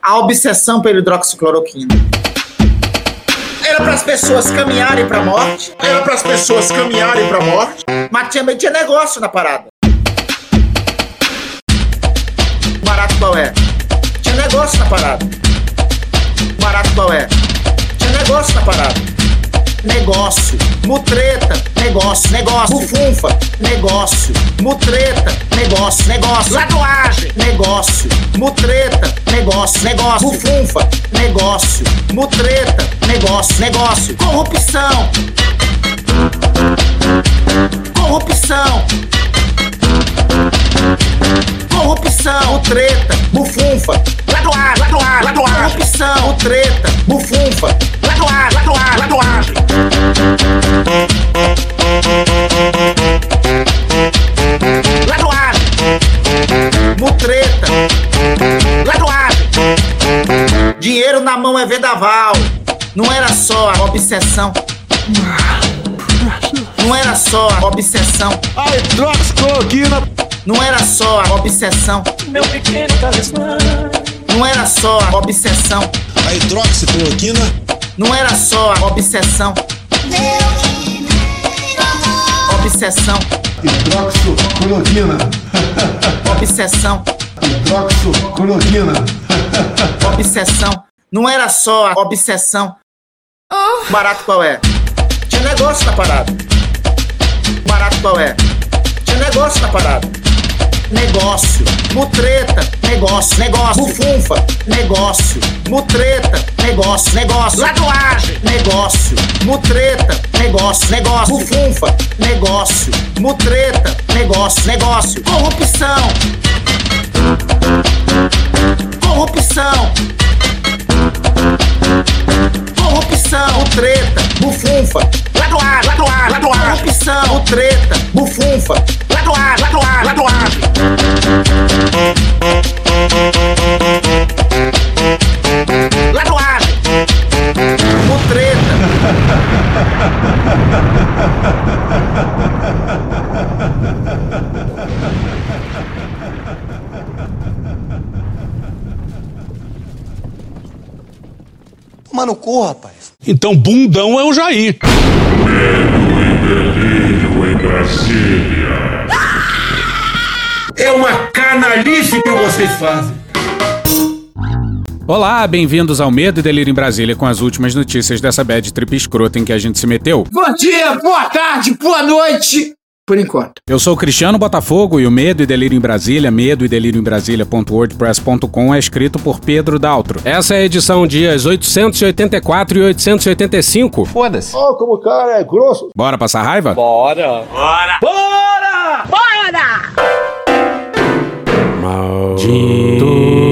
A obsessão pela hidroxicloroquina. Era para as pessoas caminharem para a morte. Mas tinha negócio na parada. Barato qual é? Tinha negócio na parada. Barato qual é? Tinha negócio na parada. Negócio, mutreta, negócio, bufunfa, negócio, mutreta, negócio, lagoagem, negócio, mutreta, negócio, bufunfa, negócio, mutreta, negócio, corrupção, mutreta, bufunfa, lagoagem, corrupção, mutreta, bufunfa, lagoagem. Mutreta, lagoagem. Dinheiro na mão é vendaval. Não era só a obsessão. Não era só a obsessão. A hidroxicloroquina. Não era só a obsessão. Meu pequeno talismã. Não era só a obsessão. A hidroxicloroquina. Não era só a obsessão. Obsessão. Hidroxicloroquina. Obsessão. Hidroxicloroquina. Obsessão. Não era só a obsessão. Barato qual é? Tinha negócio na parada. Barato qual é? Tinha negócio na parada. Negócio, mutreta, negócio, bufunfa, negócio, mutreta, negócio, lagoagem, negócio, mutreta, negócio, bufunfa, negócio, mutreta, negócio, corrupção, mutreta, bufunfa, lagoagem, corrupção, mutreta, bufunfa, lagoagem. Lagoagem, mutreta. Toma no cu, rapaz. Então, bundão é o Jair. Medo e delírio em Brasília. É uma canalice que vocês fazem. Olá, bem-vindos ao Medo e Delírio em Brasília com as últimas notícias dessa bad trip escrota em que a gente se meteu. Bom dia, boa tarde, boa noite. Por enquanto. Eu sou o Cristiano Botafogo e o Medo e Delírio em Brasília, medoedelirioembrasilha.wordpress.com é escrito por Pedro Daltro. Essa é a edição dias 884 e 885. Foda-se. Ó, como o cara é grosso. Bora passar raiva? Bora. Maldito.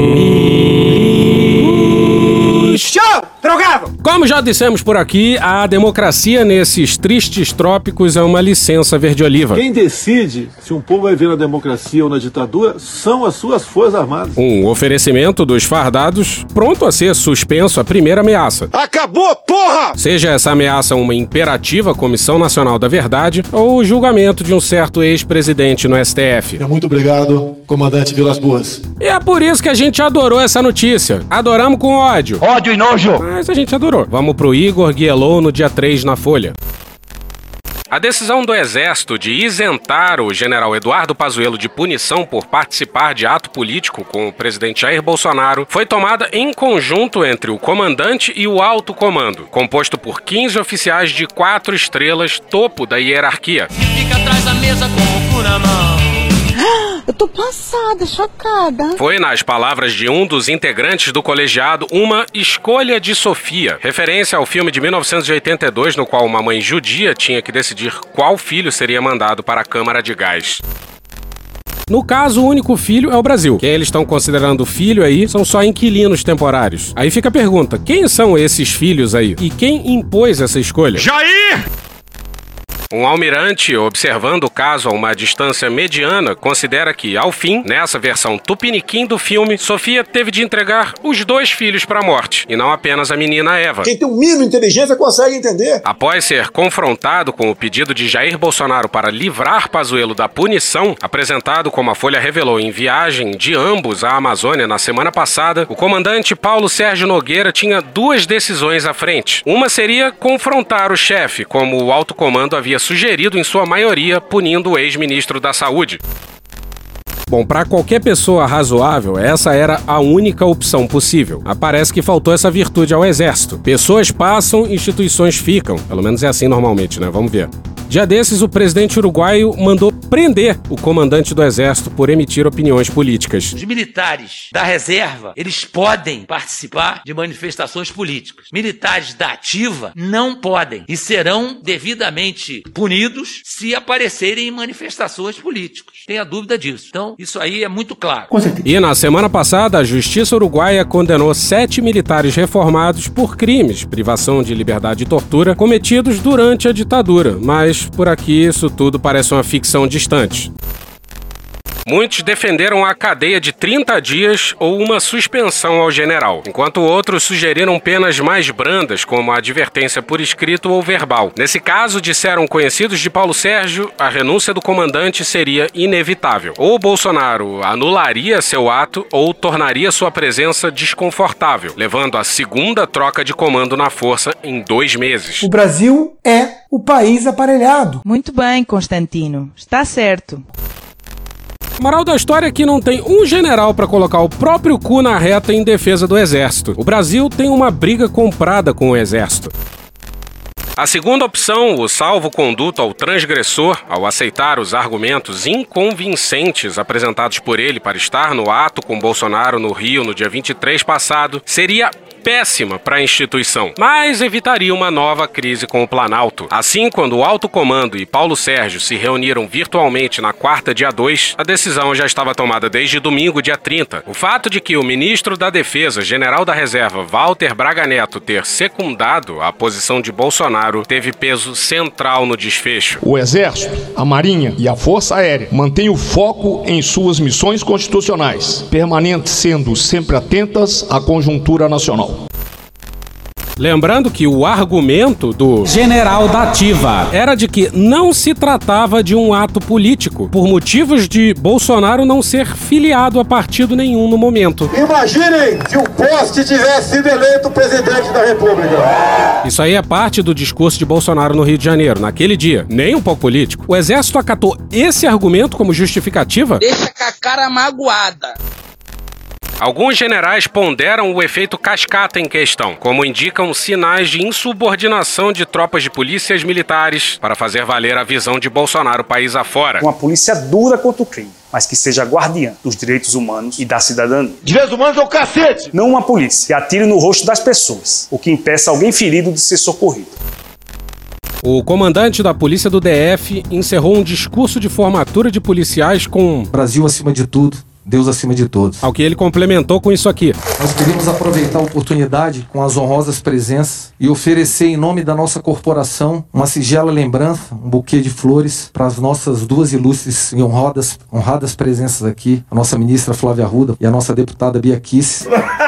Show! Drogado! Como já dissemos por aqui, a democracia nesses tristes trópicos é uma licença verde-oliva. Quem decide se um povo vai ver na democracia ou na ditadura são as suas forças armadas. Um oferecimento dos fardados pronto a ser suspenso à primeira ameaça. Acabou, porra! Seja essa ameaça uma imperativa Comissão Nacional da Verdade ou o julgamento de um certo ex-presidente no STF. Muito obrigado, comandante Vilas Boas. E é por isso que a gente adorou essa notícia. Adoramos com ódio. Ódio e nojo. Mas a gente adorou. Vamos pro Igor Guielou no dia 3 na Folha. A decisão do Exército de isentar o general Eduardo Pazuello de punição por participar de ato político com o presidente Jair Bolsonaro foi tomada em conjunto entre o comandante e o alto comando, composto por 15 oficiais de 4 estrelas, topo da hierarquia. Fica atrás da mesa com o cu na mão. Eu tô passada, chocada. Foi, nas palavras de um dos integrantes do colegiado, uma escolha de Sofia, referência ao filme de 1982, no qual uma mãe judia tinha que decidir qual filho seria mandado para a câmara de gás. No caso, o único filho é o Brasil. Quem eles estão considerando filho aí são só inquilinos temporários. Aí fica a pergunta, quem são esses filhos aí? E quem impôs essa escolha? Jair! Um almirante, observando o caso a uma distância mediana, considera que, ao fim, nessa versão tupiniquim do filme, Sofia teve de entregar os 2 filhos para a morte, e não apenas a menina Eva. Quem tem um mínimo de inteligência consegue entender. Após ser confrontado com o pedido de Jair Bolsonaro para livrar Pazuello da punição, apresentado como a Folha revelou em viagem de ambos à Amazônia na semana passada, o comandante Paulo Sérgio Nogueira tinha 2 decisões à frente. Uma seria confrontar o chefe, como o alto comando havia sugerido em sua maioria, punindo o ex-ministro da Saúde. Bom, para qualquer pessoa razoável, essa era a única opção possível. Mas parece que faltou essa virtude ao Exército. Pessoas passam, instituições ficam. Pelo menos é assim normalmente, né? Vamos ver. Dia desses, o presidente uruguaio mandou prender o comandante do Exército por emitir opiniões políticas. Os militares da reserva, eles podem participar de manifestações políticas. Militares da ativa não podem e serão devidamente punidos se aparecerem em manifestações políticas. Tenha dúvida disso. Então, isso aí é muito claro. E na semana passada, a Justiça Uruguaia condenou 7 militares reformados por crimes, privação de liberdade e tortura, cometidos durante a ditadura. Mas, por aqui, isso tudo parece uma ficção distante. Muitos defenderam a cadeia de 30 dias ou uma suspensão ao general, enquanto outros sugeriram penas mais brandas, como a advertência por escrito ou verbal. Nesse caso, disseram conhecidos de Paulo Sérgio, a renúncia do comandante seria inevitável. Ou Bolsonaro anularia seu ato ou tornaria sua presença desconfortável, levando à segunda troca de comando na força em 2 meses. O Brasil é o país aparelhado. Muito bem, Constantino. Está certo. A moral da história é que não tem um general para colocar o próprio cu na reta em defesa do Exército. O Brasil tem uma briga comprada com o Exército. A segunda opção, o salvo-conduto ao transgressor, ao aceitar os argumentos inconvincentes apresentados por ele para estar no ato com Bolsonaro no Rio no dia 23 passado, seria péssima para a instituição, mas evitaria uma nova crise com o Planalto. Assim, quando o alto comando e Paulo Sérgio se reuniram virtualmente na quarta, dia 2, a decisão já estava tomada desde domingo, dia 30. O fato de que o ministro da Defesa, general da Reserva, Walter Braga Neto, ter secundado a posição de Bolsonaro, teve peso central no desfecho. O Exército, a Marinha e a Força Aérea mantêm o foco em suas missões constitucionais, permanecendo sempre atentas à conjuntura nacional. Lembrando que o argumento do general da ativa era de que não se tratava de um ato político, por motivos de Bolsonaro não ser filiado a partido nenhum no momento. Imaginem se o Poste tivesse sido eleito presidente da República. Isso aí é parte do discurso de Bolsonaro no Rio de Janeiro, naquele dia, nem um pouco político. O Exército acatou esse argumento como justificativa? Deixa com a cara magoada. Alguns generais ponderam o efeito cascata em questão, como indicam sinais de insubordinação de tropas de polícias militares para fazer valer a visão de Bolsonaro país afora. Uma polícia dura contra o crime, mas que seja guardiã dos direitos humanos e da cidadania. Direitos humanos é o cacete! Não uma polícia que atire no rosto das pessoas, o que impeça alguém ferido de ser socorrido. O comandante da polícia do DF encerrou um discurso de formatura de policiais com Brasil acima de tudo, Deus acima de todos. Ao que ele complementou com isso aqui. Nós queremos aproveitar a oportunidade com as honrosas presenças e oferecer em nome da nossa corporação uma singela lembrança, um buquê de flores para as nossas 2 ilustres e honradas presenças aqui, a nossa ministra Flávia Arruda e a nossa deputada Bia Kicis.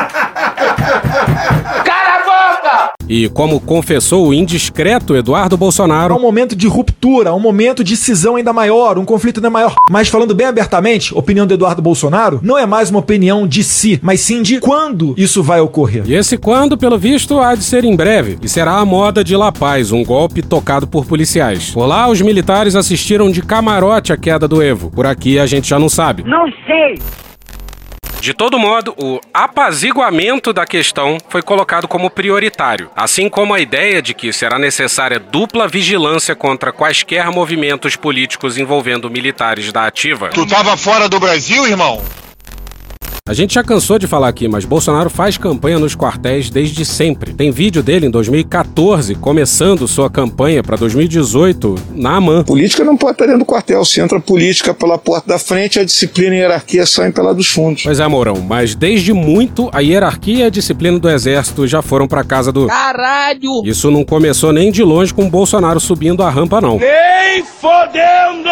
E como confessou o indiscreto Eduardo Bolsonaro... É um momento de ruptura, um momento de cisão ainda maior, um conflito ainda maior. Mas falando bem abertamente, a opinião do Eduardo Bolsonaro não é mais uma opinião de si, mas sim de quando isso vai ocorrer. E esse quando, pelo visto, há de ser em breve. E será a moda de La Paz, um golpe tocado por policiais. Por lá, os militares assistiram de camarote à queda do Evo. Por aqui, a gente já não sabe. Não sei! De todo modo, o apaziguamento da questão foi colocado como prioritário, assim como a ideia de que será necessária dupla vigilância contra quaisquer movimentos políticos envolvendo militares da ativa. Tu tava fora do Brasil, irmão? A gente já cansou de falar aqui, mas Bolsonaro faz campanha nos quartéis desde sempre. Tem vídeo dele em 2014, começando sua campanha para 2018 na AMAN. Política não pode estar dentro do quartel. Se entra a política pela porta da frente, a disciplina e a hierarquia saem pela dos fundos. Pois é, Mourão, mas desde muito a hierarquia e a disciplina do Exército já foram pra casa do... Caralho! Isso não começou nem de longe com o Bolsonaro subindo a rampa, não. Nem fodendo!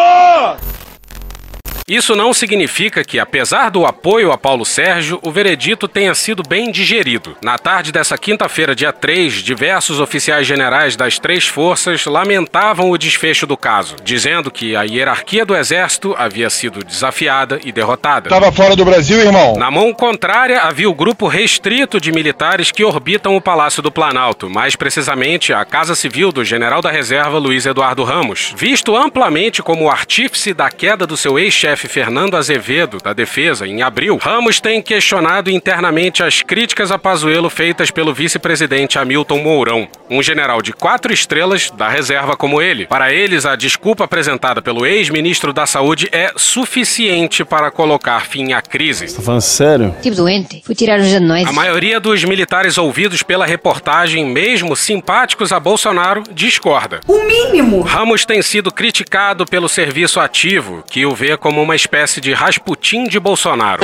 Isso não significa que, apesar do apoio a Paulo Sérgio, o veredito tenha sido bem digerido. Na tarde dessa quinta-feira, dia 3, diversos oficiais generais das três forças lamentavam o desfecho do caso, dizendo que a hierarquia do Exército havia sido desafiada e derrotada. Tava fora do Brasil, irmão? Na mão contrária, havia o grupo restrito de militares que orbitam o Palácio do Planalto, mais precisamente a Casa Civil do general da reserva Luiz Eduardo Ramos, visto amplamente como o artífice da queda do seu ex-chefe Fernando Azevedo, da Defesa, em abril. Ramos tem questionado internamente as críticas a Pazuello feitas pelo vice-presidente Hamilton Mourão, um general de 4 estrelas da reserva como ele. Para eles, a desculpa apresentada pelo ex-ministro da Saúde é suficiente para colocar fim à crise. Você tá falando sério? Tipo doente, fui tirar um de nós. A maioria dos militares ouvidos pela reportagem, mesmo simpáticos a Bolsonaro, discorda. O mínimo! Ramos tem sido criticado pelo serviço ativo, que o vê como uma espécie de Rasputin de Bolsonaro.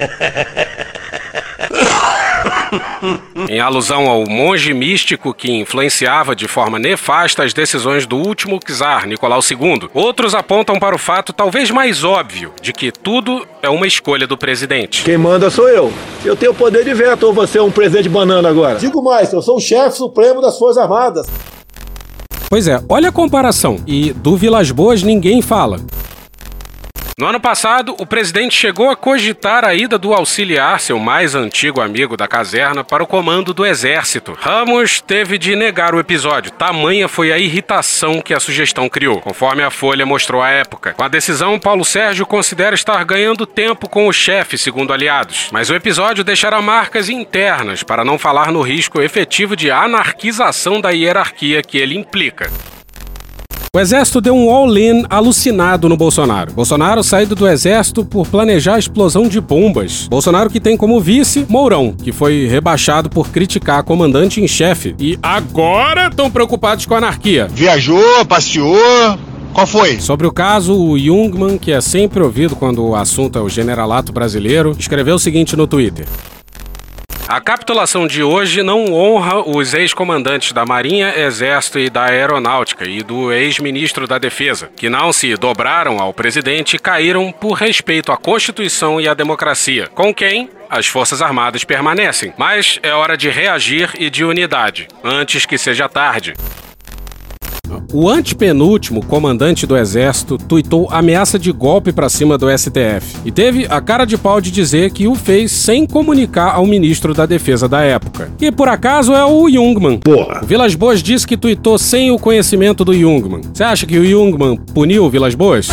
Em alusão ao monge místico que influenciava de forma nefasta as decisões do último czar, Nicolau II. Outros apontam para o fato talvez mais óbvio de que tudo é uma escolha do presidente. Quem manda sou eu. Eu tenho poder de veto, ou você é um presidente banana agora? Digo mais, eu sou o chefe supremo das Forças Armadas. Pois é, olha a comparação. E do Vilas Boas ninguém fala. No ano passado, o presidente chegou a cogitar a ida do auxiliar, seu mais antigo amigo da caserna, para o comando do Exército. Ramos teve de negar o episódio, tamanha foi a irritação que a sugestão criou, conforme a Folha mostrou à época. Com a decisão, Paulo Sérgio considera estar ganhando tempo com o chefe, segundo aliados. Mas o episódio deixará marcas internas, para não falar no risco efetivo de anarquização da hierarquia que ele implica. O Exército deu um all-in alucinado no Bolsonaro. Bolsonaro saído do Exército por planejar a explosão de bombas. Bolsonaro que tem como vice Mourão, que foi rebaixado por criticar a comandante em chefe. E agora estão preocupados com a anarquia. Viajou, passeou... Qual foi? Sobre o caso, o Jungmann, que é sempre ouvido quando o assunto é o generalato brasileiro, escreveu o seguinte no Twitter. A capitulação de hoje não honra os ex-comandantes da Marinha, Exército e da Aeronáutica e do ex-ministro da Defesa, que não se dobraram ao presidente e caíram por respeito à Constituição e à democracia, com quem as Forças Armadas permanecem. Mas é hora de reagir e de unidade, antes que seja tarde. O antepenúltimo comandante do Exército tuitou ameaça de golpe para cima do STF e teve a cara de pau de dizer que o fez sem comunicar ao ministro da Defesa da época, que por acaso é o Jungmann. Porra. O Vilas Boas disse que tuitou sem o conhecimento do Jungmann. Você acha que o Jungmann puniu o Vilas Boas?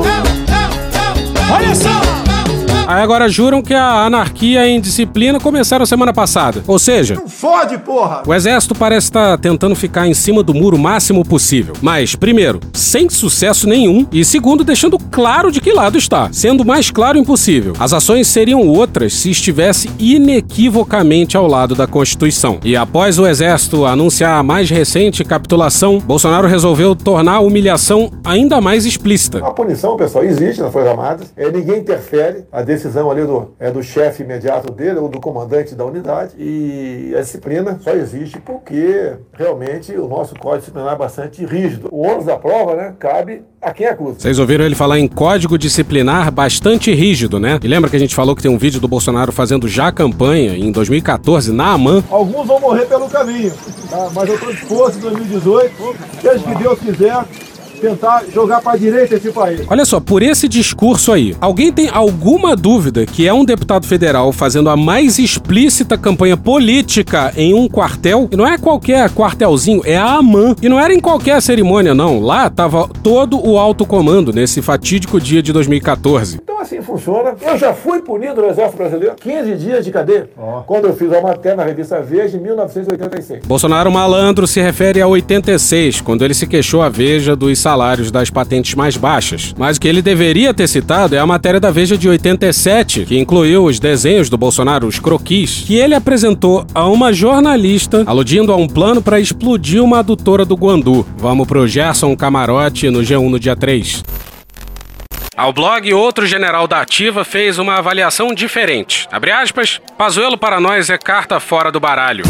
Olha só! Aí agora juram que a anarquia e a indisciplina começaram semana passada. Ou seja... Não fode, porra! O Exército parece estar tentando ficar em cima do muro o máximo possível. Mas, primeiro, sem sucesso nenhum. E segundo, deixando claro de que lado está. Sendo o mais claro impossível. As ações seriam outras se estivesse inequivocamente ao lado da Constituição. E após o Exército anunciar a mais recente capitulação, Bolsonaro resolveu tornar a humilhação ainda mais explícita. A punição, pessoal, existe nas Forças Armadas. Ninguém interfere. A decisão ali do chefe imediato dele ou do comandante da unidade, e a disciplina só existe porque realmente o nosso código disciplinar é bastante rígido. O ônus da prova, né, cabe a quem acusa. Vocês ouviram ele falar em código disciplinar bastante rígido, né? E lembra que a gente falou que tem um vídeo do Bolsonaro fazendo já campanha em 2014 na AMAN? Alguns vão morrer pelo caminho, tá? Mas eu estou disposto em 2018, seja que Deus quiser, tentar jogar pra direita esse país. Olha só, por esse discurso aí, alguém tem alguma dúvida que é um deputado federal fazendo a mais explícita campanha política em um quartel? E não é qualquer quartelzinho, é a AMAN. E não era em qualquer cerimônia, não. Lá tava todo o alto comando nesse fatídico dia de 2014. Então assim funciona. Eu já fui punido no Exército Brasileiro 15 dias de cadeia, quando eu fiz a matéria na revista Veja em 1986. Bolsonaro malandro se refere a 86, quando ele se queixou a Veja dos salários das patentes mais baixas. Mas o que ele deveria ter citado é a matéria da Veja de 87, que incluiu os desenhos do Bolsonaro, os croquis, que ele apresentou a uma jornalista, aludindo a um plano para explodir uma adutora do Guandu. Vamos pro Gerson Camarote no G1 no dia 3. Ao blog, outro general da ativa fez uma avaliação diferente. Abre aspas, Pazuello para nós é carta fora do baralho.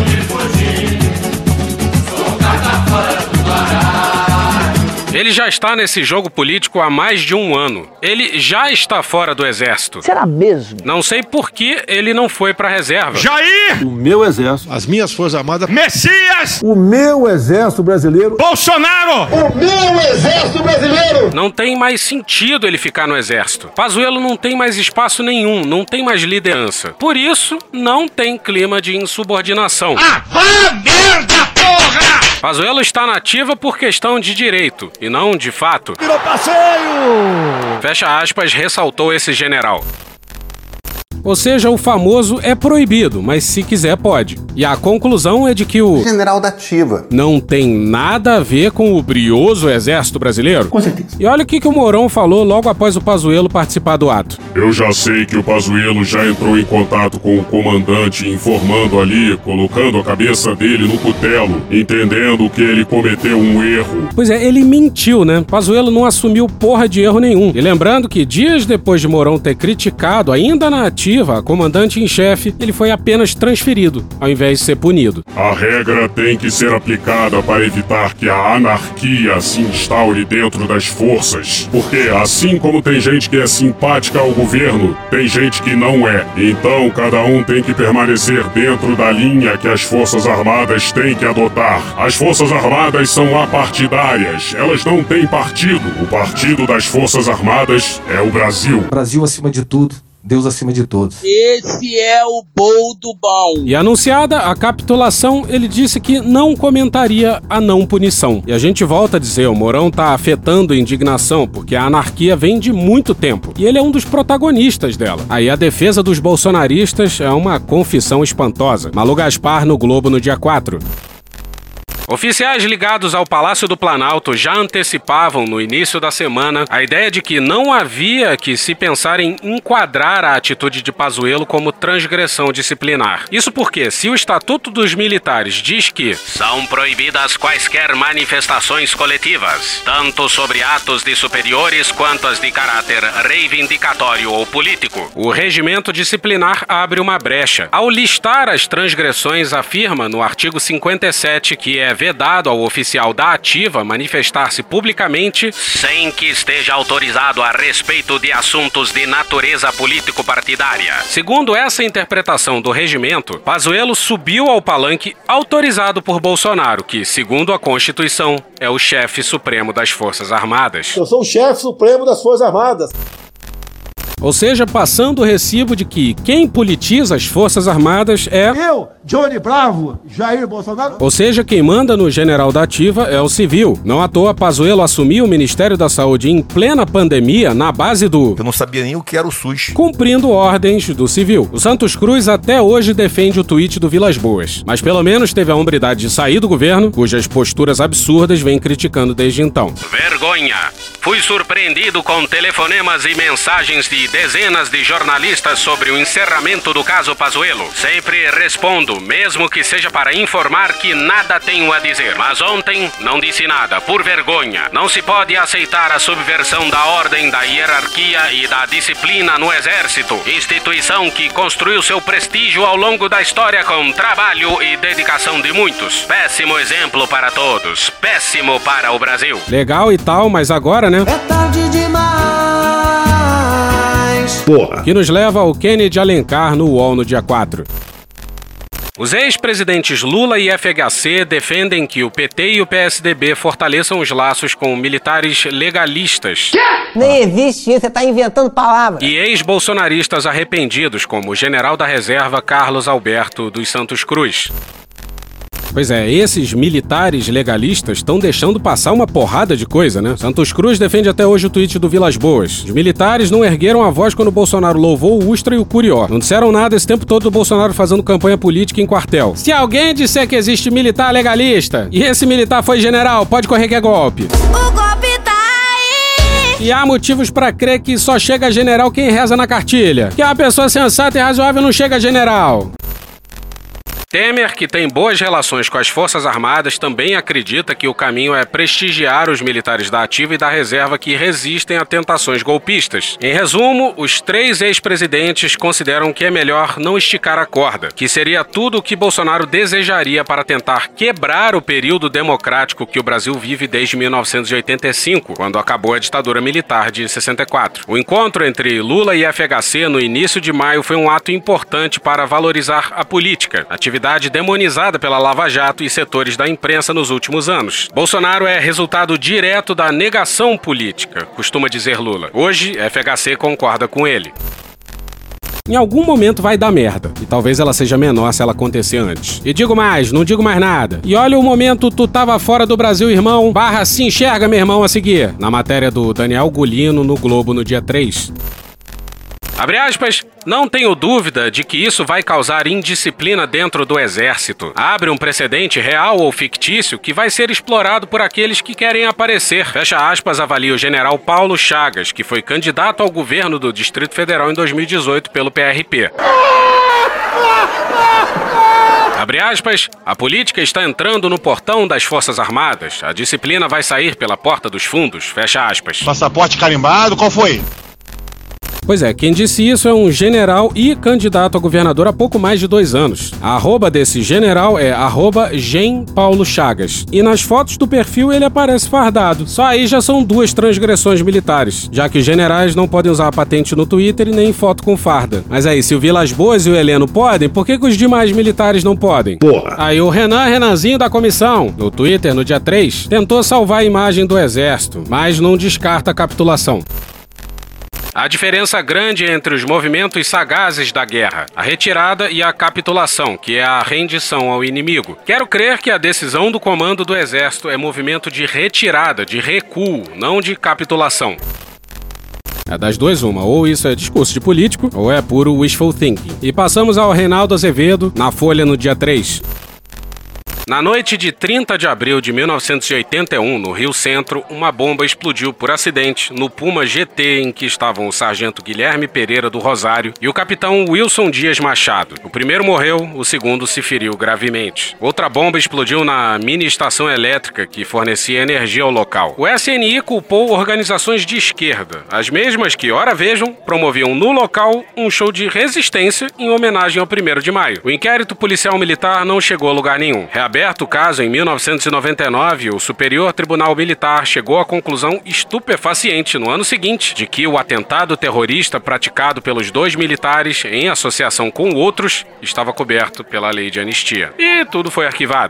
Ele já está nesse jogo político há mais de um ano. Ele já está fora do exército. Será mesmo? Não sei por que ele não foi pra reserva. Jair! O meu exército, as minhas forças armadas, Messias! o meu exército brasileiro, Bolsonaro! O meu exército brasileiro! Não tem mais sentido ele ficar no exército. Pazuello não tem mais espaço nenhum, não tem mais liderança. Por isso, não tem clima de insubordinação. Merda, porra! Pazuello está na ativa por questão de direito, e não de fato. virou passeio! Fecha aspas, ressaltou esse general. Ou seja, o famoso é proibido, mas se quiser pode. E a conclusão é de que o general da ativa não tem nada a ver com o brioso exército brasileiro. Com certeza. E olha o que o Mourão falou logo após o Pazuello participar do ato. Eu já sei que o Pazuello já entrou em contato com o comandante, informando ali, colocando a cabeça dele no cutelo, entendendo que ele cometeu um erro. Pois é, ele mentiu, né? Pazuello não assumiu porra de erro nenhum. E lembrando que dias depois de Mourão ter criticado, ainda na ativa, a comandante em chefe, ele foi apenas transferido, ao invés de ser punido. A regra tem que ser aplicada para evitar que a anarquia se instaure dentro das forças. Porque assim como tem gente que é simpática ao governo, tem gente que não é. Então cada um tem que permanecer dentro da linha que as Forças Armadas têm que adotar. As Forças Armadas são apartidárias, elas não têm partido. O partido das Forças Armadas é o Brasil. Brasil acima de tudo. Deus acima de todos. Esse é o boldo bom. E anunciada a capitulação, ele disse que não comentaria a não punição. E a gente volta a dizer, o Mourão tá afetando a indignação, porque a anarquia vem de muito tempo. E ele é um dos protagonistas dela. Aí a defesa dos bolsonaristas é uma confissão espantosa. Malu Gaspar no Globo no dia 4. Oficiais ligados ao Palácio do Planalto já antecipavam no início da semana a ideia de que não havia que se pensar em enquadrar a atitude de Pazuello como transgressão disciplinar. Isso porque, se o Estatuto dos Militares diz que são proibidas quaisquer manifestações coletivas, tanto sobre atos de superiores quanto as de caráter reivindicatório ou político, o regimento disciplinar abre uma brecha. Ao listar as transgressões, afirma no artigo 57 que é vedado ao oficial da ativa manifestar-se publicamente sem que esteja autorizado a respeito de assuntos de natureza político-partidária. Segundo essa interpretação do regimento, Pazuello subiu ao palanque autorizado por Bolsonaro, que, segundo a Constituição, é o chefe supremo das Forças Armadas. Eu sou o chefe supremo das Forças Armadas. Ou seja, passando o recibo de que quem politiza as Forças Armadas é... Eu, Johnny Bravo, Jair Bolsonaro. Ou seja, quem manda no general da ativa é o civil. Não à toa, Pazuello assumiu o Ministério da Saúde em plena pandemia na base do... Eu não sabia nem o que era o SUS. Cumprindo ordens do civil. O Santos Cruz até hoje defende o tweet do Vilas Boas. Mas pelo menos teve a hombridade de sair do governo, cujas posturas absurdas vem criticando desde então. Vergonha! Fui surpreendido com telefonemas e mensagens de dezenas de jornalistas sobre o encerramento do caso Pazuello. Sempre respondo, mesmo que seja para informar que nada tenho a dizer. Mas ontem não disse nada, por vergonha. Não se pode aceitar a subversão da ordem, da hierarquia e da disciplina no Exército, instituição que construiu seu prestígio ao longo da história com trabalho e dedicação de muitos. Péssimo exemplo para todos. Péssimo para o Brasil. Legal e tal, mas agora, né? É tarde demais. Porra. Que nos leva ao Kennedy Alencar no UOL no dia 4. Os ex-presidentes Lula e FHC defendem que o PT e o PSDB fortaleçam os laços com militares legalistas. Nem existe isso, você tá inventando palavras. E ex-bolsonaristas arrependidos, como o general da reserva Carlos Alberto dos Santos Cruz. Pois é, esses militares legalistas estão deixando passar uma porrada de coisa, né? Santos Cruz defende até hoje o tweet do Vilas Boas. Os militares não ergueram a voz quando o Bolsonaro louvou o Ustra e o Curió. Não disseram nada esse tempo todo do Bolsonaro fazendo campanha política em quartel. Se alguém disser que existe militar legalista, e esse militar foi general, pode correr que é golpe. O golpe E há motivos pra crer que só chega a general quem reza na cartilha. Que uma pessoa sensata e razoável não chega a general. Temer, que tem boas relações com as Forças Armadas, também acredita que o caminho é prestigiar os militares da ativa e da reserva que resistem a tentações golpistas. Em resumo, os 3 ex-presidentes consideram que é melhor não esticar a corda, que seria tudo o que Bolsonaro desejaria para tentar quebrar o período democrático que o Brasil vive desde 1985, quando acabou a ditadura militar de 64. O encontro entre Lula e FHC no início de maio foi um ato importante para valorizar a política, atividade demonizada pela Lava Jato e setores da imprensa nos últimos anos. Bolsonaro é resultado direto da negação política, costuma dizer Lula. Hoje, FHC concorda com ele. Em algum momento vai dar merda, e talvez ela seja menor se ela acontecer antes. E digo mais, não digo mais nada. E olha o momento tu tava fora do Brasil, irmão, / se enxerga, meu irmão, a seguir. Na matéria do Daniel Gulino no Globo no dia 3. Abre aspas, não tenho dúvida de que isso vai causar indisciplina dentro do Exército. Abre um precedente real ou fictício que vai ser explorado por aqueles que querem aparecer. Fecha aspas, avalia o general Paulo Chagas, que foi candidato ao governo do Distrito Federal em 2018 pelo PRP. Abre aspas, a política está entrando no portão das Forças Armadas. A disciplina vai sair pela porta dos fundos. Fecha aspas. Passaporte carimbado, qual foi? Pois é, quem disse isso é um general e candidato a governador há pouco mais de 2 anos. A arroba desse general é @GenPauloChagas. E nas fotos do perfil ele aparece fardado. Só aí já são 2 transgressões militares, já que os generais não podem usar a patente no Twitter e nem foto com farda. Mas aí, se o Vilas Boas e o Heleno podem, por que os demais militares não podem? Porra! Aí o Renanzinho da comissão, no Twitter, no dia 3, tentou salvar a imagem do Exército, mas não descarta a capitulação. A diferença grande entre os movimentos sagazes da guerra, a retirada e a capitulação, que é a rendição ao inimigo. Quero crer que a decisão do comando do Exército é movimento de retirada, de recuo, não de capitulação. É das duas uma, ou isso é discurso de político, ou é puro wishful thinking. E passamos ao Reinaldo Azevedo, na Folha no dia 3. Na noite de 30 de abril de 1981, no Rio Centro, uma bomba explodiu por acidente no Puma GT em que estavam o sargento Guilherme Pereira do Rosário e o capitão Wilson Dias Machado. O primeiro morreu, o segundo se feriu gravemente. Outra bomba explodiu na mini estação elétrica que fornecia energia ao local. O SNI culpou organizações de esquerda, as mesmas que, ora vejam, promoviam no local um show de resistência em homenagem ao 1º de maio. O inquérito policial militar não chegou a lugar nenhum. Aberto o caso em 1999, o Superior Tribunal Militar chegou à conclusão estupefaciente no ano seguinte de que o atentado terrorista praticado pelos 2 militares em associação com outros estava coberto pela lei de anistia. E tudo foi arquivado.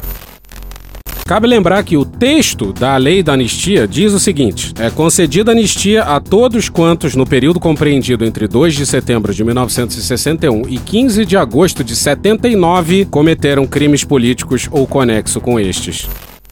Cabe lembrar que o texto da lei da anistia diz o seguinte: é concedida anistia a todos quantos, no período compreendido entre 2 de setembro de 1961 e 15 de agosto de 79, cometeram crimes políticos ou conexo com estes.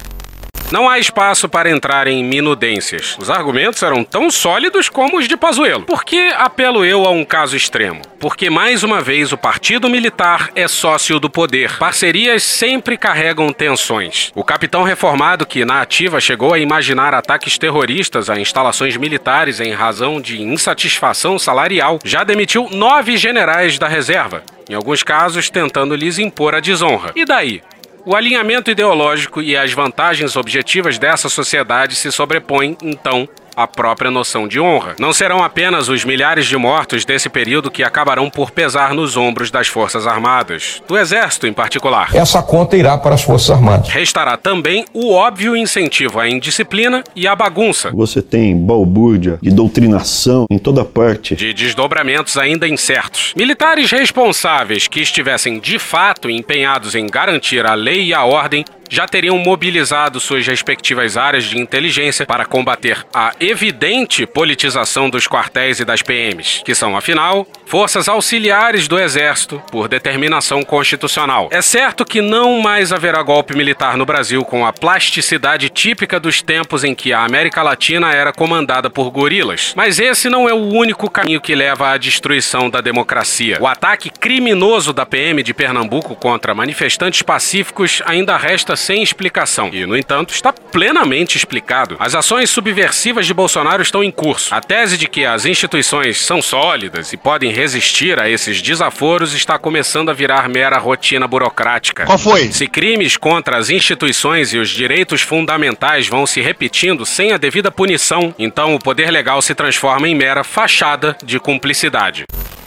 Não há espaço para entrar em minudências. Os argumentos eram tão sólidos como os de Pazuello. Por que apelo eu a um caso extremo? Porque, mais uma vez, o partido militar é sócio do poder. Parcerias sempre carregam tensões. O capitão reformado que, na ativa, chegou a imaginar ataques terroristas a instalações militares em razão de insatisfação salarial, já demitiu 9 generais da reserva, em alguns casos tentando lhes impor a desonra. E daí? O alinhamento ideológico e as vantagens objetivas dessa sociedade se sobrepõem, então, à própria noção de honra. Não serão apenas os milhares de mortos desse período que acabarão por pesar nos ombros das Forças Armadas, do Exército em particular. Essa conta irá para as Forças Armadas. Restará também o óbvio incentivo à indisciplina e à bagunça. Você tem balbúrdia e doutrinação em toda parte. De desdobramentos ainda incertos. Militares responsáveis que estivessem de fato empenhados em garantir a lei e a ordem já teriam mobilizado suas respectivas áreas de inteligência para combater a evidente politização dos quartéis e das PMs, que são, afinal, forças auxiliares do Exército por determinação constitucional. É certo que não mais haverá golpe militar no Brasil com a plasticidade típica dos tempos em que a América Latina era comandada por gorilas, mas esse não é o único caminho que leva à destruição da democracia. O ataque criminoso da PM de Pernambuco contra manifestantes pacíficos ainda resta resulta sem explicação. E, no entanto, está plenamente explicado. As ações subversivas de Bolsonaro estão em curso. A tese de que as instituições são sólidas e podem resistir a esses desaforos está começando a virar mera rotina burocrática. Qual foi? Se crimes contra as instituições e os direitos fundamentais vão se repetindo sem a devida punição, então o poder legal se transforma em mera fachada de cumplicidade.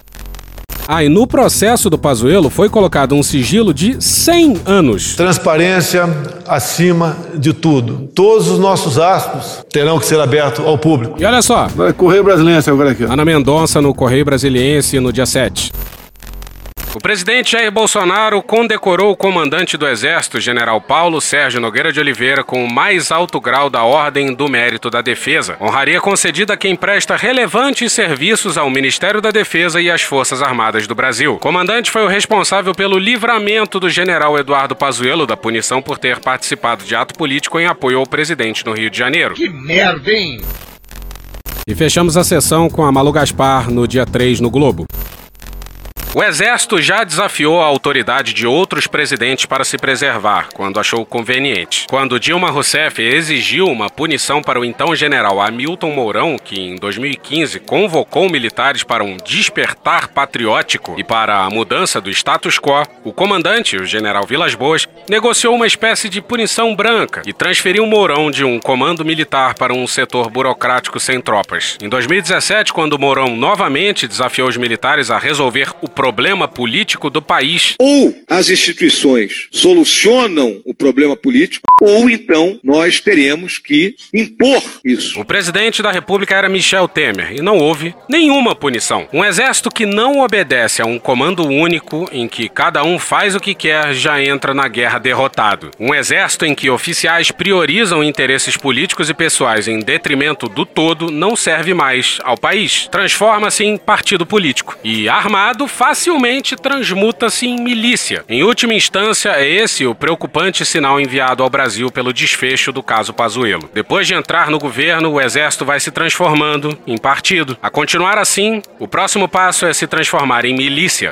E no processo do Pazuello foi colocado um sigilo de 100 anos. Transparência acima de tudo. Todos os nossos atos terão que ser abertos ao público. E olha só. Vai Correio Brasiliense agora aqui. Ana Mendonça no Correio Brasiliense no dia 7. O presidente Jair Bolsonaro condecorou o comandante do Exército, general Paulo Sérgio Nogueira de Oliveira, com o mais alto grau da Ordem do Mérito da Defesa. Honraria concedida a quem presta relevantes serviços ao Ministério da Defesa e às Forças Armadas do Brasil. O comandante foi o responsável pelo livramento do general Eduardo Pazuello da punição por ter participado de ato político em apoio ao presidente no Rio de Janeiro. Que merda, hein? E fechamos a sessão com a Malu Gaspar no dia 3 no Globo. O Exército já desafiou a autoridade de outros presidentes para se preservar, quando achou conveniente. Quando Dilma Rousseff exigiu uma punição para o então general Hamilton Mourão, que em 2015 convocou militares para um despertar patriótico e para a mudança do status quo, o comandante, o general Vilas Boas, negociou uma espécie de punição branca e transferiu Mourão de um comando militar para um setor burocrático sem tropas. Em 2017, quando Mourão novamente desafiou os militares a resolver o problema político do país. Ou as instituições solucionam o problema político, ou então nós teremos que impor isso. O presidente da República era Michel Temer e não houve nenhuma punição. Um exército que não obedece a um comando único, em que cada um faz o que quer, já entra na guerra derrotado. Um exército em que oficiais priorizam interesses políticos e pessoais em detrimento do todo não serve mais ao país. Transforma-se em partido político. E armado facilmente transmuta-se em milícia. Em última instância, é esse o preocupante sinal enviado ao Brasil pelo desfecho do caso Pazuello. Depois de entrar no governo, o exército vai se transformando em partido. A continuar assim, o próximo passo é se transformar em milícia.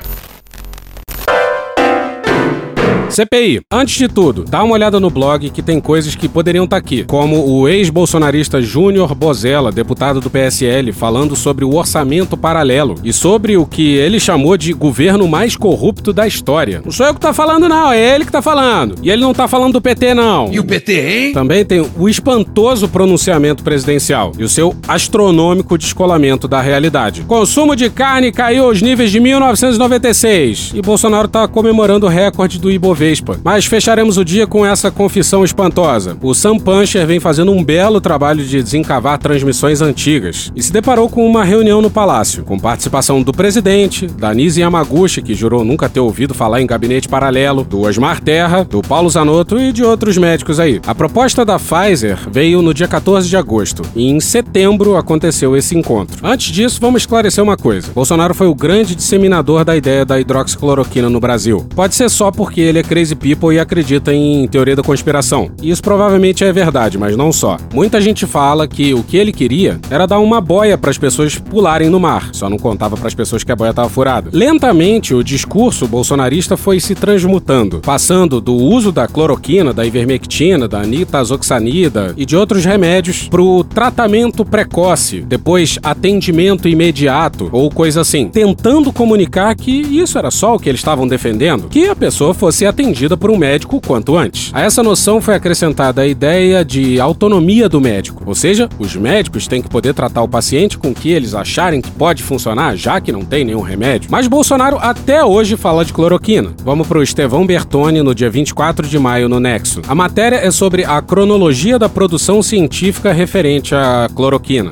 CPI. Antes de tudo, dá uma olhada no blog que tem coisas que poderiam estar aqui, como o ex-bolsonarista Júnior Bozella, deputado do PSL, falando sobre o orçamento paralelo e sobre o que ele chamou de governo mais corrupto da história. Não sou eu que tá falando não, é ele que tá falando. E ele não tá falando do PT não. E o PT, hein? Também tem o espantoso pronunciamento presidencial e o seu astronômico descolamento da realidade. Consumo de carne caiu aos níveis de 1996 e Bolsonaro tá comemorando o recorde do Ibovespa. Mas fecharemos o dia com essa confissão espantosa. O Sam Puncher vem fazendo um belo trabalho de desencavar transmissões antigas e se deparou com uma reunião no Palácio, com participação do presidente, da Nise Yamaguchi, que jurou nunca ter ouvido falar em gabinete paralelo, do Osmar Terra, do Paulo Zanotto e de outros médicos aí. A proposta da Pfizer veio no dia 14 de agosto e em setembro aconteceu esse encontro. Antes disso, vamos esclarecer uma coisa. Bolsonaro foi o grande disseminador da ideia da hidroxicloroquina no Brasil. Pode ser só porque ele é crazy people e acredita em teoria da conspiração. E isso provavelmente é verdade, mas não só. Muita gente fala que o que ele queria era dar uma boia para as pessoas pularem no mar, só não contava para as pessoas que a boia estava furada. Lentamente, o discurso bolsonarista foi se transmutando, passando do uso da cloroquina, da ivermectina, da nitazoxanida e de outros remédios pro tratamento precoce, depois atendimento imediato ou coisa assim, tentando comunicar que isso era só o que eles estavam defendendo, que a pessoa fosse atendida por um médico o quanto antes. A essa noção foi acrescentada a ideia de autonomia do médico, ou seja, os médicos têm que poder tratar o paciente com o que eles acharem que pode funcionar, já que não tem nenhum remédio. Mas Bolsonaro até hoje fala de cloroquina. Vamos pro Estevão Bertoni no dia 24 de maio no Nexo. A matéria é sobre a cronologia da produção científica referente à cloroquina.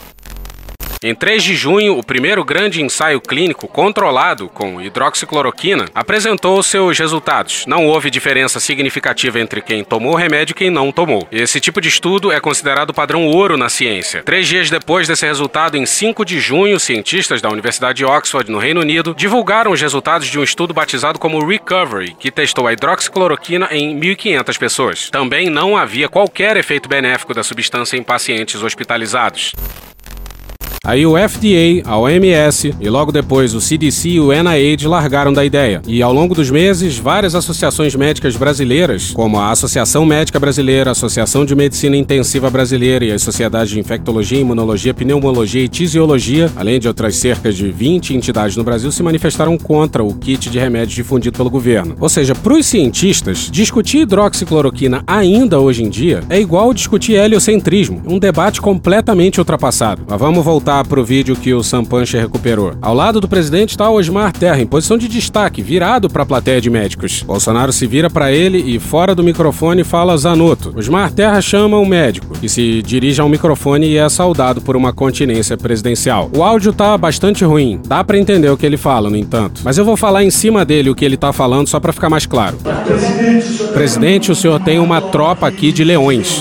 Em 3 de junho, o primeiro grande ensaio clínico controlado com hidroxicloroquina apresentou seus resultados. Não houve diferença significativa entre quem tomou o remédio e quem não tomou. Esse tipo de estudo é considerado padrão ouro na ciência. 3 dias depois desse resultado, em 5 de junho, cientistas da Universidade de Oxford, no Reino Unido, divulgaram os resultados de um estudo batizado como Recovery, que testou a hidroxicloroquina em 1.500 pessoas. Também não havia qualquer efeito benéfico da substância em pacientes hospitalizados. Aí o FDA, a OMS e logo depois o CDC e o NIH largaram da ideia. E ao longo dos meses, várias associações médicas brasileiras, como a Associação Médica Brasileira, a Associação de Medicina Intensiva Brasileira e as Sociedades de Infectologia, Imunologia, Pneumologia e Tisiologia, além de outras cerca de 20 entidades no Brasil, se manifestaram contra o kit de remédios difundido pelo governo. Ou seja, para os cientistas, discutir hidroxicloroquina ainda hoje em dia é igual discutir heliocentrismo, um debate completamente ultrapassado. Mas vamos voltar para o vídeo que o Sam Puncher recuperou. Ao lado do presidente está Osmar Terra, em posição de destaque, virado para a plateia de médicos. Bolsonaro se vira para ele e, fora do microfone, fala Zanotto. Osmar Terra chama um médico, que se dirige ao microfone e é saudado por uma continência presidencial. O áudio tá bastante ruim, dá para entender o que ele fala, no entanto. Mas eu vou falar em cima dele o que ele tá falando só para ficar mais claro. Presidente, o senhor tem uma tropa aqui de leões.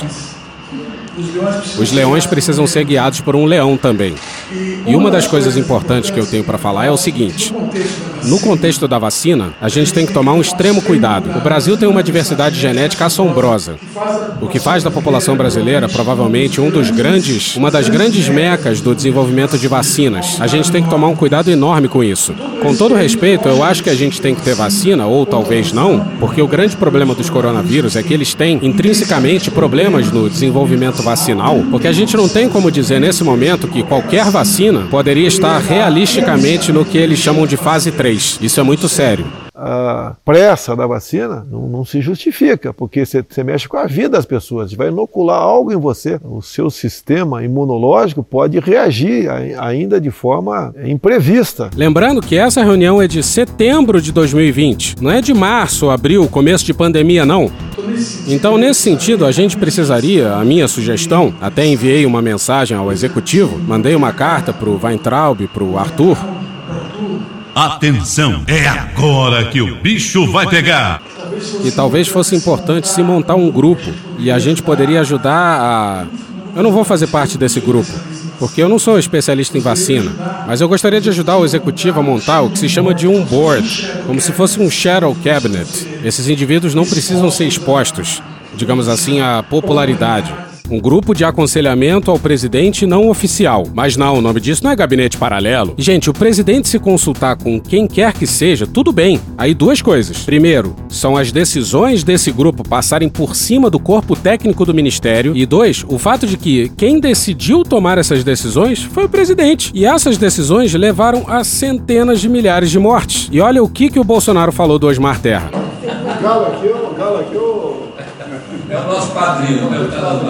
Os leões precisam ser guiados por um leão também. E uma das coisas importantes que eu tenho para falar é o seguinte: no contexto da vacina, a gente tem que tomar um extremo cuidado. O Brasil tem uma diversidade genética assombrosa, o que faz da população brasileira provavelmente uma das grandes mecas do desenvolvimento de vacinas. A gente tem que tomar um cuidado enorme com isso. Com todo respeito, eu acho que a gente tem que ter vacina, ou talvez não, porque o grande problema dos coronavírus é que eles têm intrinsecamente problemas no desenvolvimento vacinal, porque a gente não tem como dizer nesse momento que qualquer vacina poderia estar realisticamente no que eles chamam de fase 3. Isso é muito sério. A pressa da vacina não se justifica, porque você mexe com a vida das pessoas, vai inocular algo em você. O seu sistema imunológico pode reagir ainda de forma imprevista. Lembrando que essa reunião é de setembro de 2020, não é de março, abril, começo de pandemia, não. Então, nesse sentido, a gente precisaria, a minha sugestão, até enviei uma mensagem ao executivo, mandei uma carta para o Weintraub, para o Arthur. Atenção, é agora que o bicho vai pegar. E talvez fosse importante se montar um grupo e a gente poderia ajudar a... Eu não vou fazer parte desse grupo, porque eu não sou especialista em vacina, mas eu gostaria de ajudar o executivo a montar o que se chama de um board, como se fosse um shadow cabinet. Esses indivíduos não precisam ser expostos, digamos assim, à popularidade. Um grupo de aconselhamento ao presidente não oficial. Mas não, o nome disso não é gabinete paralelo. Gente, o presidente se consultar com quem quer que seja, tudo bem. Aí duas coisas. Primeiro, são as decisões desse grupo passarem por cima do corpo técnico do ministério. E dois, o fato de que quem decidiu tomar essas decisões foi o presidente. E essas decisões levaram a centenas de milhares de mortes. E olha o que o Bolsonaro falou do Osmar Terra. Galo aqui, ô. É o nosso padrinho, né?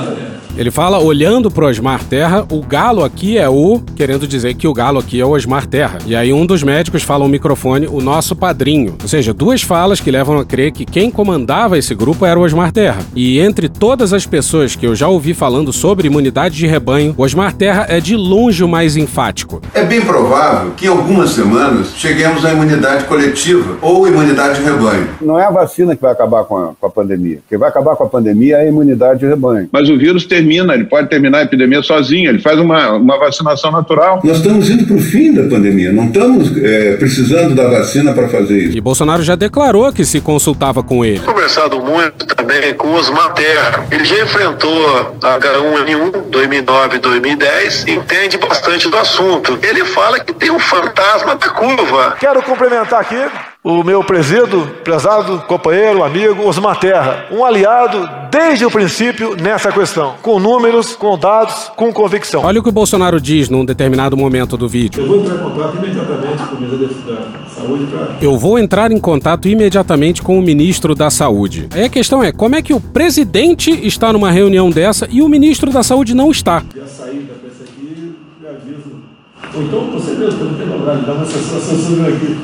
Ele fala, olhando pro Osmar Terra, o galo aqui é o... querendo dizer que o galo aqui é o Osmar Terra. E aí um dos médicos fala ao microfone, o nosso padrinho. Ou seja, duas falas que levam a crer que quem comandava esse grupo era o Osmar Terra. E entre todas as pessoas que eu já ouvi falando sobre imunidade de rebanho, o Osmar Terra é de longe o mais enfático. É bem provável que em algumas semanas cheguemos à imunidade coletiva ou imunidade de rebanho. Não é a vacina que vai acabar com a pandemia. O que vai acabar com a pandemia é a imunidade de rebanho. Mas o vírus ele pode terminar a epidemia sozinho, ele faz uma vacinação natural. Nós estamos indo para o fim da pandemia, não estamos precisando da vacina para fazer isso. E Bolsonaro já declarou que se consultava com ele. Conversado muito também com Osmar Terra. Ele já enfrentou a H1N1 2009 e 2010, entende bastante do assunto. Ele fala que tem um fantasma da curva. Quero complementar aqui o meu prezado companheiro, amigo Osmar Terra, um aliado desde o princípio nessa questão, com números, com dados, com convicção. Olha o que o Bolsonaro diz num determinado momento do vídeo. Eu vou entrar em contato imediatamente com o Ministro da Saúde para... Eu vou entrar em contato imediatamente com o Ministro da Saúde. Aí a questão é, como é que o presidente está numa reunião dessa e o Ministro da Saúde não está? Já saí da peça aqui, me aviso. Ou então você mesmo, não tem problema, dá uma assessora aqui.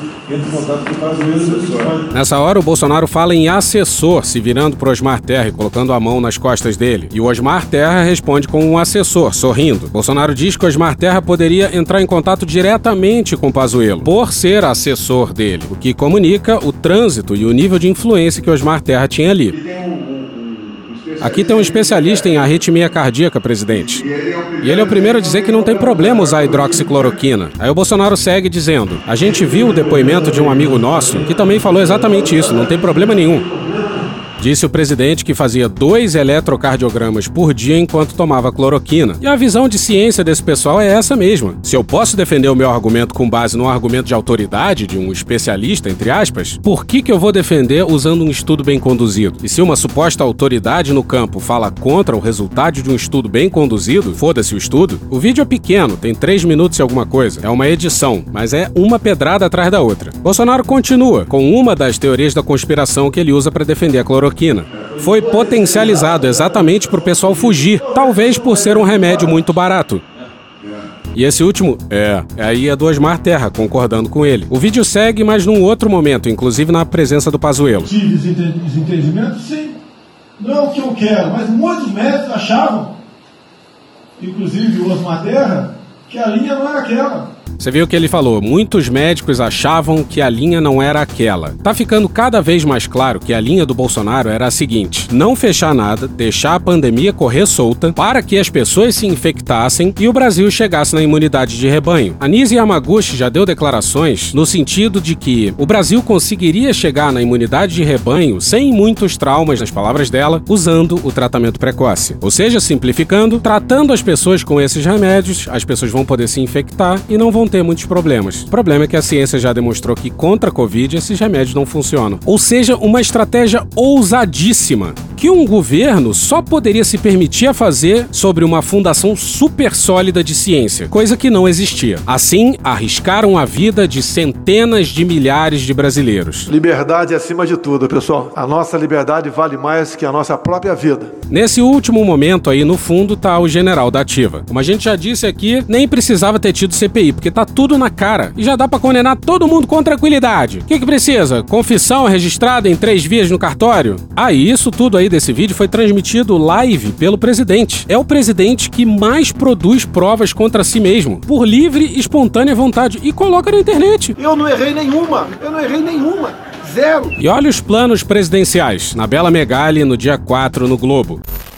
Nessa hora, o Bolsonaro fala em assessor, se virando pro Osmar Terra e colocando a mão nas costas dele. E o Osmar Terra responde com um assessor, sorrindo. Bolsonaro diz que o Osmar Terra poderia entrar em contato diretamente com o Pazuello, por ser assessor dele, o que comunica o trânsito e o nível de influência que o Osmar Terra tinha ali. Aqui tem um especialista em arritmia cardíaca, presidente. E ele é o primeiro a dizer que não tem problema usar hidroxicloroquina. Aí o Bolsonaro segue dizendo, a gente viu o depoimento de um amigo nosso que também falou exatamente isso, não tem problema nenhum. Disse o presidente que fazia 2 eletrocardiogramas por dia enquanto tomava cloroquina. E a visão de ciência desse pessoal é essa mesma. Se eu posso defender o meu argumento com base num argumento de autoridade, de um especialista, entre aspas, por que eu vou defender usando um estudo bem conduzido? E se uma suposta autoridade no campo fala contra o resultado de um estudo bem conduzido, foda-se o estudo. O vídeo é pequeno, tem 3 minutos e alguma coisa. É uma edição, mas é uma pedrada atrás da outra. Bolsonaro continua com uma das teorias da conspiração que ele usa para defender a cloroquina. Foi potencializado exatamente para o pessoal fugir, talvez por ser um remédio muito barato. E esse último, aí é do Osmar Terra, concordando com ele. O vídeo segue, mas num outro momento, inclusive na presença do Pazuello. Tive desentendimentos, sim. Não é o que eu quero, mas muitos médicos achavam, inclusive o Osmar Terra, que a linha não era aquela. Você viu o que ele falou? Muitos médicos achavam que a linha não era aquela. Tá ficando cada vez mais claro que a linha do Bolsonaro era a seguinte: não fechar nada, deixar a pandemia correr solta para que as pessoas se infectassem e o Brasil chegasse na imunidade de rebanho. A Nise Yamaguchi já deu declarações no sentido de que o Brasil conseguiria chegar na imunidade de rebanho sem muitos traumas, nas palavras dela, usando o tratamento precoce. Ou seja, simplificando, tratando as pessoas com esses remédios, as pessoas vão poder se infectar e não vão ter muitos problemas. O problema é que a ciência já demonstrou que contra a Covid esses remédios não funcionam. Ou seja, uma estratégia ousadíssima que um governo só poderia se permitir a fazer sobre uma fundação super sólida de ciência, coisa que não existia. Assim, arriscaram a vida de centenas de milhares de brasileiros. Liberdade acima de tudo, pessoal. A nossa liberdade vale mais que a nossa própria vida. Nesse último momento aí, no fundo, tá o general da ativa. Como a gente já disse aqui, nem precisava ter tido CPI, porque tá tudo na cara e já dá pra condenar todo mundo com tranquilidade. O que precisa? Confissão registrada em 3 vias no cartório? E isso tudo aí desse vídeo foi transmitido live pelo presidente. É o presidente que mais produz provas contra si mesmo, por livre e espontânea vontade, e coloca na internet. Eu não errei nenhuma. Zero. E olha os planos presidenciais, na Bela Megali, no dia 4, no Globo.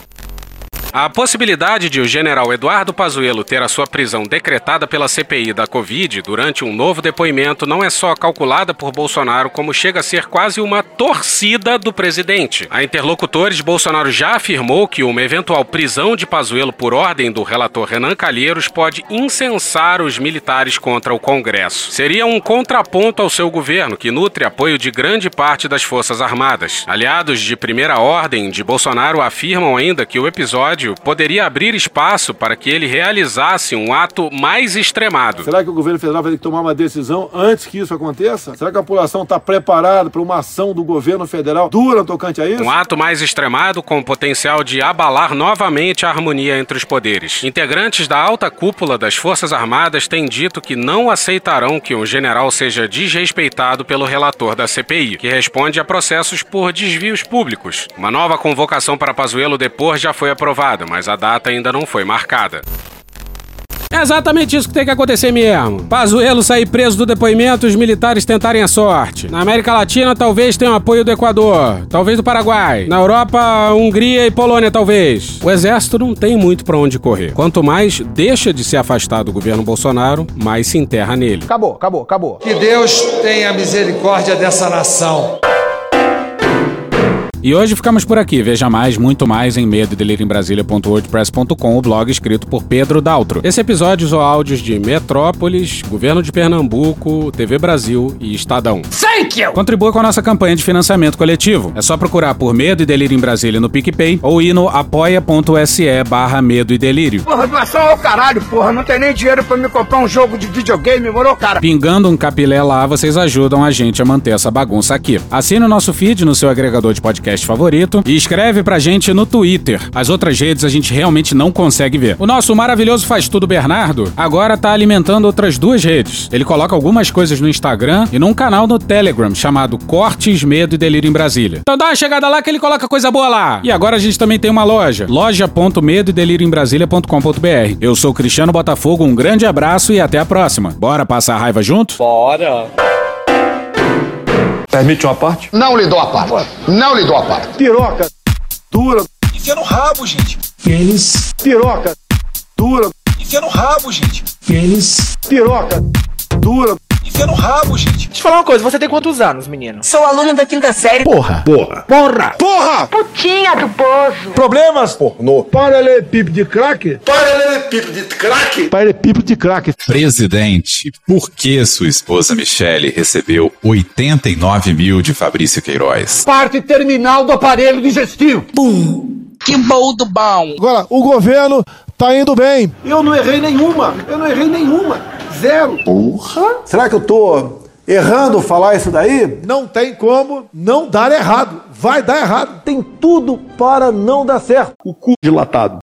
A possibilidade de o general Eduardo Pazuello ter a sua prisão decretada pela CPI da Covid durante um novo depoimento não é só calculada por Bolsonaro, como chega a ser quase uma torcida do presidente. A interlocutores, Bolsonaro já afirmou que uma eventual prisão de Pazuello por ordem do relator Renan Calheiros pode incensar os militares contra o Congresso. Seria um contraponto ao seu governo, que nutre apoio de grande parte das Forças Armadas. Aliados de primeira ordem de Bolsonaro afirmam ainda que o episódio poderia abrir espaço para que ele realizasse um ato mais extremado. Será que o governo federal vai ter que tomar uma decisão antes que isso aconteça? Será que a população está preparada para uma ação do governo federal dura tocante a isso? Um ato mais extremado com potencial de abalar novamente a harmonia entre os poderes. Integrantes da alta cúpula das Forças Armadas têm dito que não aceitarão que um general seja desrespeitado pelo relator da CPI, que responde a processos por desvios públicos. Uma nova convocação para Pazuello depor já foi aprovada, mas a data ainda não foi marcada. É exatamente isso que tem que acontecer mesmo. Pazuello sair preso do depoimento e os militares tentarem a sorte. Na América Latina, talvez tenha o apoio do Equador, talvez do Paraguai. Na Europa, Hungria e Polônia, talvez. O exército não tem muito pra onde correr. Quanto mais deixa de se afastar do governo Bolsonaro, mais se enterra nele. Acabou. Que Deus tenha misericórdia dessa nação. E hoje ficamos por aqui. Veja mais, muito mais em medoedelirioembrasilha.wordpress.com, o blog escrito por Pedro Daltro. Esse episódio usou áudios de Metrópolis, Governo de Pernambuco, TV Brasil e Estadão. Thank you! Contribua com a nossa campanha de financiamento coletivo. É só procurar por Medo e Delírio em Brasília no PicPay ou ir no apoia.se/Medo e Delírio. Porra, doação ao caralho, porra. Não tem nem dinheiro pra me comprar um jogo de videogame, moro, cara? Pingando um capilé lá, vocês ajudam a gente a manter essa bagunça aqui. Assine o nosso feed no seu agregador de podcast favorito e escreve pra gente no Twitter. As outras redes a gente realmente não consegue ver. O nosso maravilhoso Faz Tudo Bernardo agora tá alimentando outras 2 redes. Ele coloca algumas coisas no Instagram e num canal no Telegram chamado Cortes, Medo e Delírio em Brasília. Então dá uma chegada lá que ele coloca coisa boa lá. E agora a gente também tem uma loja, loja.medoedelirioembrasilha.com.br. Eu sou o Cristiano Botafogo, um grande abraço e até a próxima. Bora passar a raiva junto? Bora! Permite uma parte? Não lhe dou a parte. Piroca dura. Enfia no rabo, gente. Pênis. Piroca dura. Enfia no rabo, gente. Pênis. Piroca dura. Enfia no rabo, gente. Deixa eu falar uma coisa, você tem quantos anos, menino? Sou aluno da 5ª série. Porra! Porra! porra! Putinha do poço. Problemas? Pornô. Paralelepípedo de crack? Paralelepípedo de crack? Paralelepípedo de crack. Presidente, por que sua esposa Michele recebeu 89 mil de Fabrício Queiroz? Parte terminal do aparelho digestivo. Pum. Que boldo bom. Agora, o governo tá indo bem. Eu não errei nenhuma. Zero. Porra! Será que eu tô errando falar isso daí? Não tem como não dar errado. Vai dar errado. Tem tudo para não dar certo. O cu dilatado.